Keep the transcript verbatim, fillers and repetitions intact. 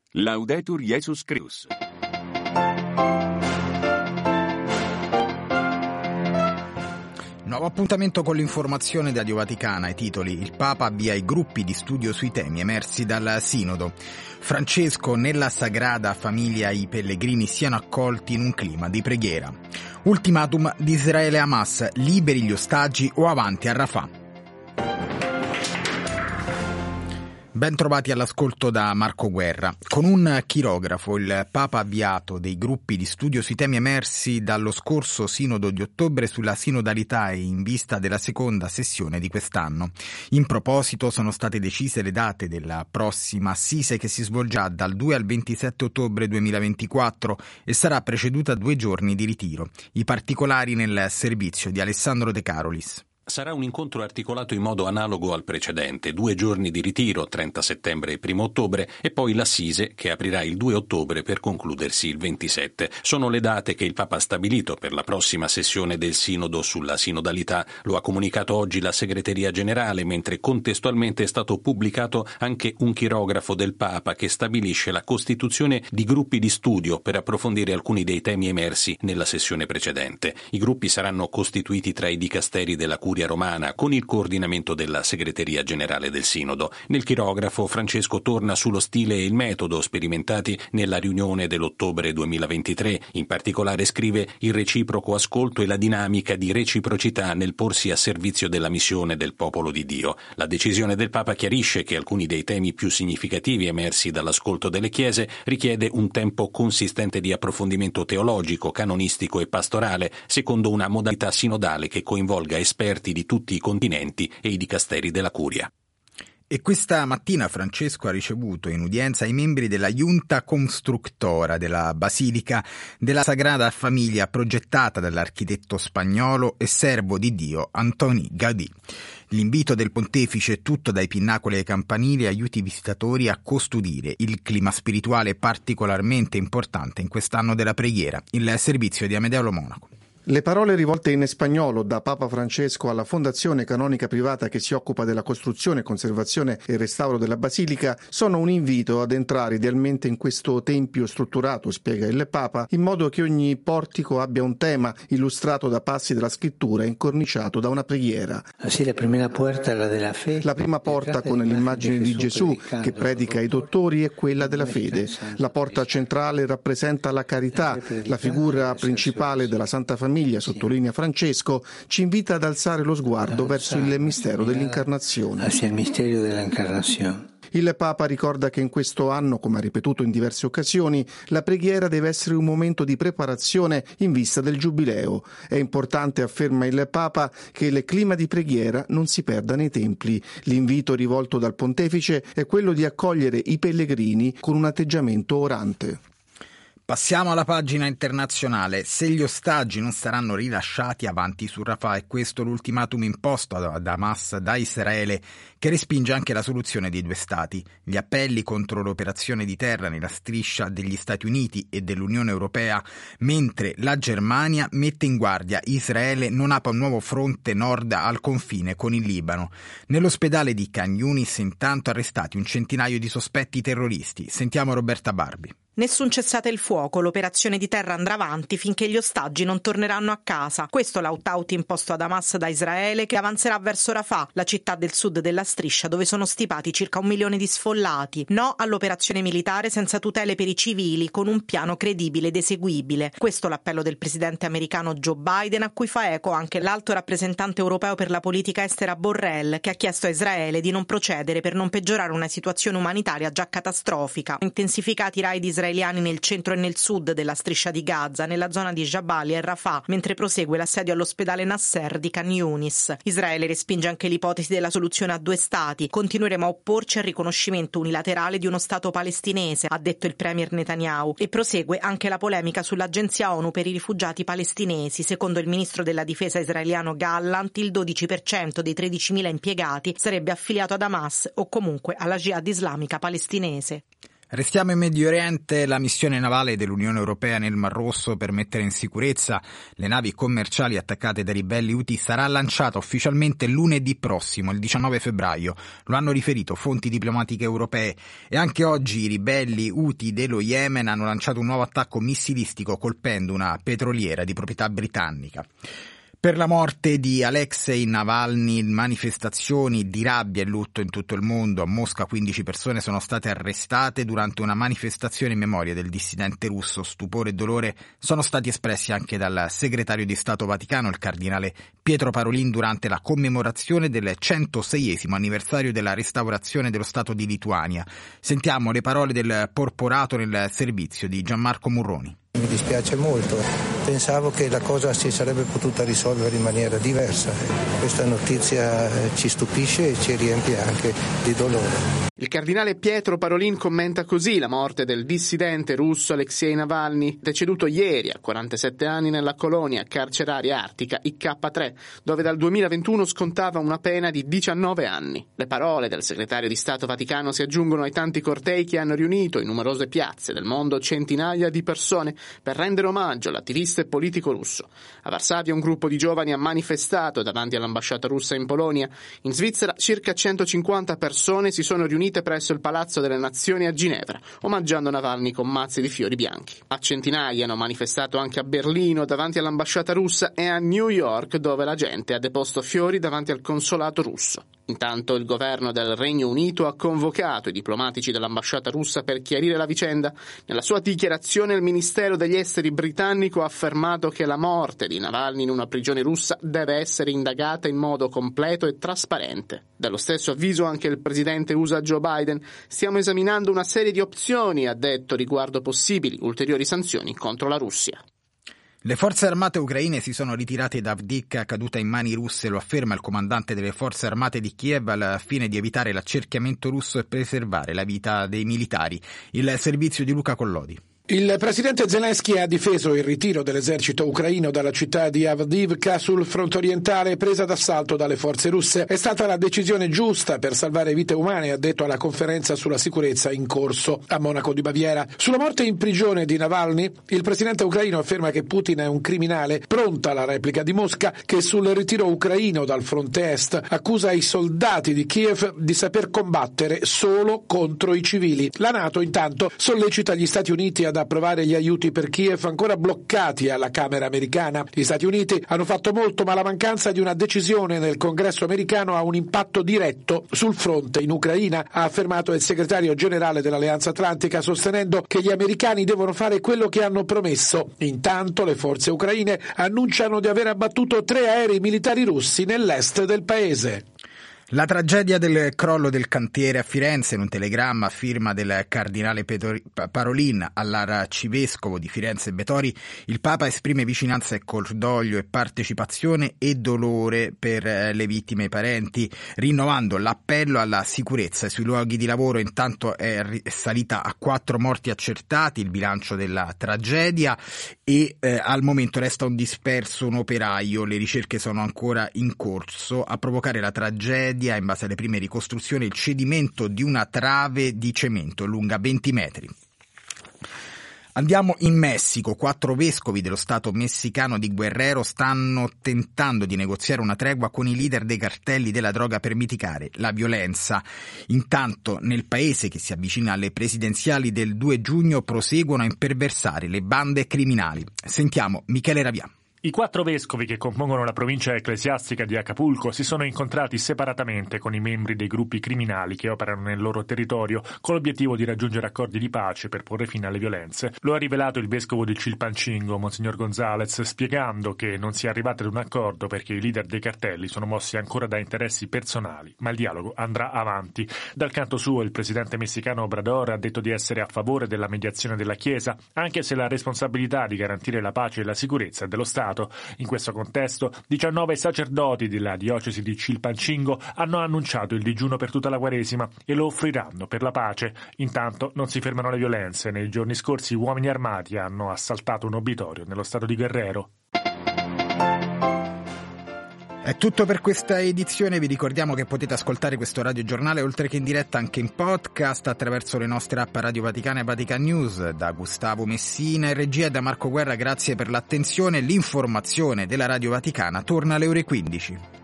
Laudetur Jesus Christus. Nuovo appuntamento con l'informazione da Radio Vaticana. I titoli: il Papa avvia i gruppi di studio sui temi emersi dal Sinodo. Francesco: nella Sagrada Famiglia i pellegrini siano accolti in un clima di preghiera. Ultimatum di Israele a Hamas: liberi gli ostaggi o avanti a Rafah. Ben trovati all'ascolto da Marco Guerra. Con un chirografo il Papa ha avviato dei gruppi di studio sui temi emersi dallo scorso Sinodo di ottobre sulla sinodalità e in vista della seconda sessione di quest'anno. In proposito sono state decise le date della prossima assise che si svolgerà dal due al ventisette ottobre duemilaventiquattro e sarà preceduta da due giorni di ritiro. I particolari nel servizio di Alessandro De Carolis. Sarà un incontro articolato in modo analogo al precedente, due giorni di ritiro, trenta settembre e primo ottobre, e poi l'assise che aprirà il due ottobre per concludersi il ventisette. Sono le date che il Papa ha stabilito per la prossima sessione del Sinodo sulla sinodalità. Lo ha comunicato oggi la Segreteria Generale, mentre contestualmente è stato pubblicato anche un chirografo del Papa che stabilisce la costituzione di gruppi di studio per approfondire alcuni dei temi emersi nella sessione precedente. I gruppi saranno costituiti tra i dicasteri della Curia Romana con il coordinamento della Segreteria Generale del Sinodo. Nel chirografo Francesco torna sullo stile e il metodo sperimentati nella riunione dell'ottobre duemilaventitré. In particolare scrive il reciproco ascolto e la dinamica di reciprocità nel porsi a servizio della missione del popolo di Dio. La decisione del Papa chiarisce che alcuni dei temi più significativi emersi dall'ascolto delle chiese richiede un tempo consistente di approfondimento teologico, canonistico e pastorale, secondo una modalità sinodale che coinvolga esperti di tutti i continenti e i dicasteri della Curia. E questa mattina Francesco ha ricevuto in udienza i membri della Junta Constructora della Basilica della Sagrada Famiglia progettata dall'architetto spagnolo e servo di Dio Antoni Gaudí. L'invito del pontefice, tutto dai pinnacoli ai campanili, aiuti i visitatori a custodire il clima spirituale particolarmente importante in quest'anno della preghiera. Il servizio di Amedeo Lo Monaco. Le parole rivolte in spagnolo da Papa Francesco alla fondazione canonica privata che si occupa della costruzione, conservazione e restauro della Basilica sono un invito ad entrare idealmente in questo tempio strutturato, spiega il Papa, in modo che ogni portico abbia un tema illustrato da passi della scrittura e incorniciato da una preghiera. La prima porta con l'immagine di Gesù che predica ai dottori è quella della fede. La porta centrale rappresenta la carità, la figura principale della Santa Famiglia, sottolinea Francesco, ci invita ad alzare lo sguardo verso il mistero dell'incarnazione. Il Papa ricorda che in questo anno, come ha ripetuto in diverse occasioni, la preghiera deve essere un momento di preparazione in vista del Giubileo. È importante, afferma il Papa, che il clima di preghiera non si perda nei templi. L'invito rivolto dal Pontefice è quello di accogliere i pellegrini con un atteggiamento orante. Passiamo alla pagina internazionale. Se gli ostaggi non saranno rilasciati, avanti su Rafah. È questo l'ultimatum imposto ad Hamas da Israele, che respinge anche la soluzione dei due stati. Gli appelli contro l'operazione di terra nella striscia degli Stati Uniti e dell'Unione Europea, mentre la Germania mette in guardia Israele non apra un nuovo fronte nord al confine con il Libano. Nell'ospedale di Khan Yunis intanto arrestati un centinaio di sospetti terroristi. Sentiamo Roberta Barbi. Nessun cessate il fuoco, l'operazione di terra andrà avanti finché gli ostaggi non torneranno a casa. Questo è l'out-out imposto ad Hamas da Israele, che avanzerà verso Rafah, la città del sud della striscia dove sono stipati circa un milione di sfollati. No all'operazione militare senza tutele per i civili, con un piano credibile ed eseguibile. Questo è l'appello del presidente americano Joe Biden, a cui fa eco anche l'alto rappresentante europeo per la politica estera Borrell, che ha chiesto a Israele di non procedere per non peggiorare una situazione umanitaria già catastrofica. Intensificati i raid israeliani nel centro e nel sud della striscia di Gaza, nella zona di Jabalia e Rafah, mentre prosegue l'assedio all'ospedale Nasser di Khan Yunis. Israele respinge anche l'ipotesi della soluzione a due stati. Continueremo a opporci al riconoscimento unilaterale di uno stato palestinese, ha detto il premier Netanyahu, e prosegue anche la polemica sull'agenzia ONU per i rifugiati palestinesi. Secondo il ministro della difesa israeliano Gallant, il dodici per cento dei tredicimila impiegati sarebbe affiliato ad Hamas o comunque alla Jihad islamica palestinese. Restiamo in Medio Oriente. La missione navale dell'Unione Europea nel Mar Rosso per mettere in sicurezza le navi commerciali attaccate dai ribelli Houthi sarà lanciata ufficialmente lunedì prossimo, il diciannove febbraio. Lo hanno riferito fonti diplomatiche europee. E anche oggi i ribelli Houthi dello Yemen hanno lanciato un nuovo attacco missilistico colpendo una petroliera di proprietà britannica. Per la morte di Alexei Navalny, manifestazioni di rabbia e lutto in tutto il mondo. A Mosca quindici persone sono state arrestate durante una manifestazione in memoria del dissidente russo. Stupore e dolore sono stati espressi anche dal segretario di Stato Vaticano, il cardinale Pietro Parolin, durante la commemorazione del centoseiesimo anniversario della restaurazione dello Stato di Lituania. Sentiamo le parole del porporato nel servizio di Gianmarco Murroni. Mi dispiace molto, pensavo che la cosa si sarebbe potuta risolvere in maniera diversa. Questa notizia ci stupisce e ci riempie anche di dolore. Il cardinale Pietro Parolin commenta così la morte del dissidente russo Alexei Navalny, deceduto ieri a quarantasette anni nella colonia carceraria artica I K tre, dove dal duemilaventuno scontava una pena di diciannove anni. Le parole del segretario di Stato Vaticano si aggiungono ai tanti cortei che hanno riunito in numerose piazze del mondo centinaia di persone per rendere omaggio all'attivista e politico russo. A Varsavia un gruppo di giovani ha manifestato davanti all'ambasciata russa in Polonia. In Svizzera circa centocinquanta persone si sono riunite presso il Palazzo delle Nazioni a Ginevra, omaggiando Navalny con mazzi di fiori bianchi. A centinaia hanno manifestato anche a Berlino davanti all'ambasciata russa e a New York, dove la gente ha deposto fiori davanti al consolato russo. Intanto il governo del Regno Unito ha convocato i diplomatici dell'ambasciata russa per chiarire la vicenda. Nella sua dichiarazione il Ministero degli Esteri britannico ha affermato che la morte di Navalny in una prigione russa deve essere indagata in modo completo e trasparente. Dallo stesso avviso anche il presidente U S A Joe Biden. Stiamo esaminando una serie di opzioni, ha detto, riguardo possibili ulteriori sanzioni contro la Russia. Le forze armate ucraine si sono ritirate da Avdiivka, caduta in mani russe, lo afferma il comandante delle forze armate di Kiev, al fine di evitare l'accerchiamento russo e preservare la vita dei militari. Il servizio di Luca Collodi. Il presidente Zelensky ha difeso il ritiro dell'esercito ucraino dalla città di Avdiivka sul fronte orientale presa d'assalto dalle forze russe. È stata la decisione giusta per salvare vite umane, ha detto alla conferenza sulla sicurezza in corso a Monaco di Baviera. Sulla morte in prigione di Navalny, il presidente ucraino afferma che Putin è un criminale, pronta la replica di Mosca, che sul ritiro ucraino dal fronte est accusa i soldati di Kiev di saper combattere solo contro i civili. La NATO intanto sollecita gli Stati Uniti ad approvare gli aiuti per Kiev ancora bloccati alla Camera americana. Gli Stati Uniti hanno fatto molto, ma la mancanza di una decisione nel Congresso americano ha un impatto diretto sul fronte in Ucraina, ha affermato il segretario generale dell'Alleanza Atlantica, sostenendo che gli americani devono fare quello che hanno promesso. Intanto le forze ucraine annunciano di aver abbattuto tre aerei militari russi nell'est del paese. La tragedia del crollo del cantiere a Firenze, in un telegramma a firma del cardinale Petori, Parolin all'arcivescovo di Firenze Betori, il Papa esprime vicinanza e cordoglio e partecipazione e dolore per le vittime e i parenti, rinnovando l'appello alla sicurezza sui luoghi di lavoro. Intanto è salita a quattro morti accertati il bilancio della tragedia e eh, al momento resta un disperso un operaio. Le ricerche sono ancora in corso. A provocare la tragedia, in base alle prime ricostruzioni, il cedimento di una trave di cemento lunga venti metri. Andiamo in Messico. Quattro vescovi dello stato messicano di Guerrero stanno tentando di negoziare una tregua con i leader dei cartelli della droga per mitigare la violenza. Intanto nel paese, che si avvicina alle presidenziali del due giugno, proseguono a imperversare le bande criminali. Sentiamo Michele Ravià. I quattro vescovi che compongono la provincia ecclesiastica di Acapulco si sono incontrati separatamente con i membri dei gruppi criminali che operano nel loro territorio con l'obiettivo di raggiungere accordi di pace per porre fine alle violenze. Lo ha rivelato il vescovo di Chilpancingo, Monsignor Gonzalez, spiegando che non si è arrivati ad un accordo perché i leader dei cartelli sono mossi ancora da interessi personali, ma il dialogo andrà avanti. Dal canto suo il presidente messicano Obrador ha detto di essere a favore della mediazione della Chiesa, anche se la responsabilità di garantire la pace e la sicurezza è dello Stato. In questo contesto, diciannove sacerdoti della diocesi di Chilpancingo hanno annunciato il digiuno per tutta la Quaresima e lo offriranno per la pace. Intanto non si fermano le violenze. Nei giorni scorsi uomini armati hanno assaltato un obitorio nello stato di Guerrero. È tutto per questa edizione, vi ricordiamo che potete ascoltare questo radiogiornale oltre che in diretta anche in podcast attraverso le nostre app Radio Vaticana e Vatican News. Da Gustavo Messina in regia e da Marco Guerra grazie per l'attenzione. L'informazione della Radio Vaticana torna alle ore quindici.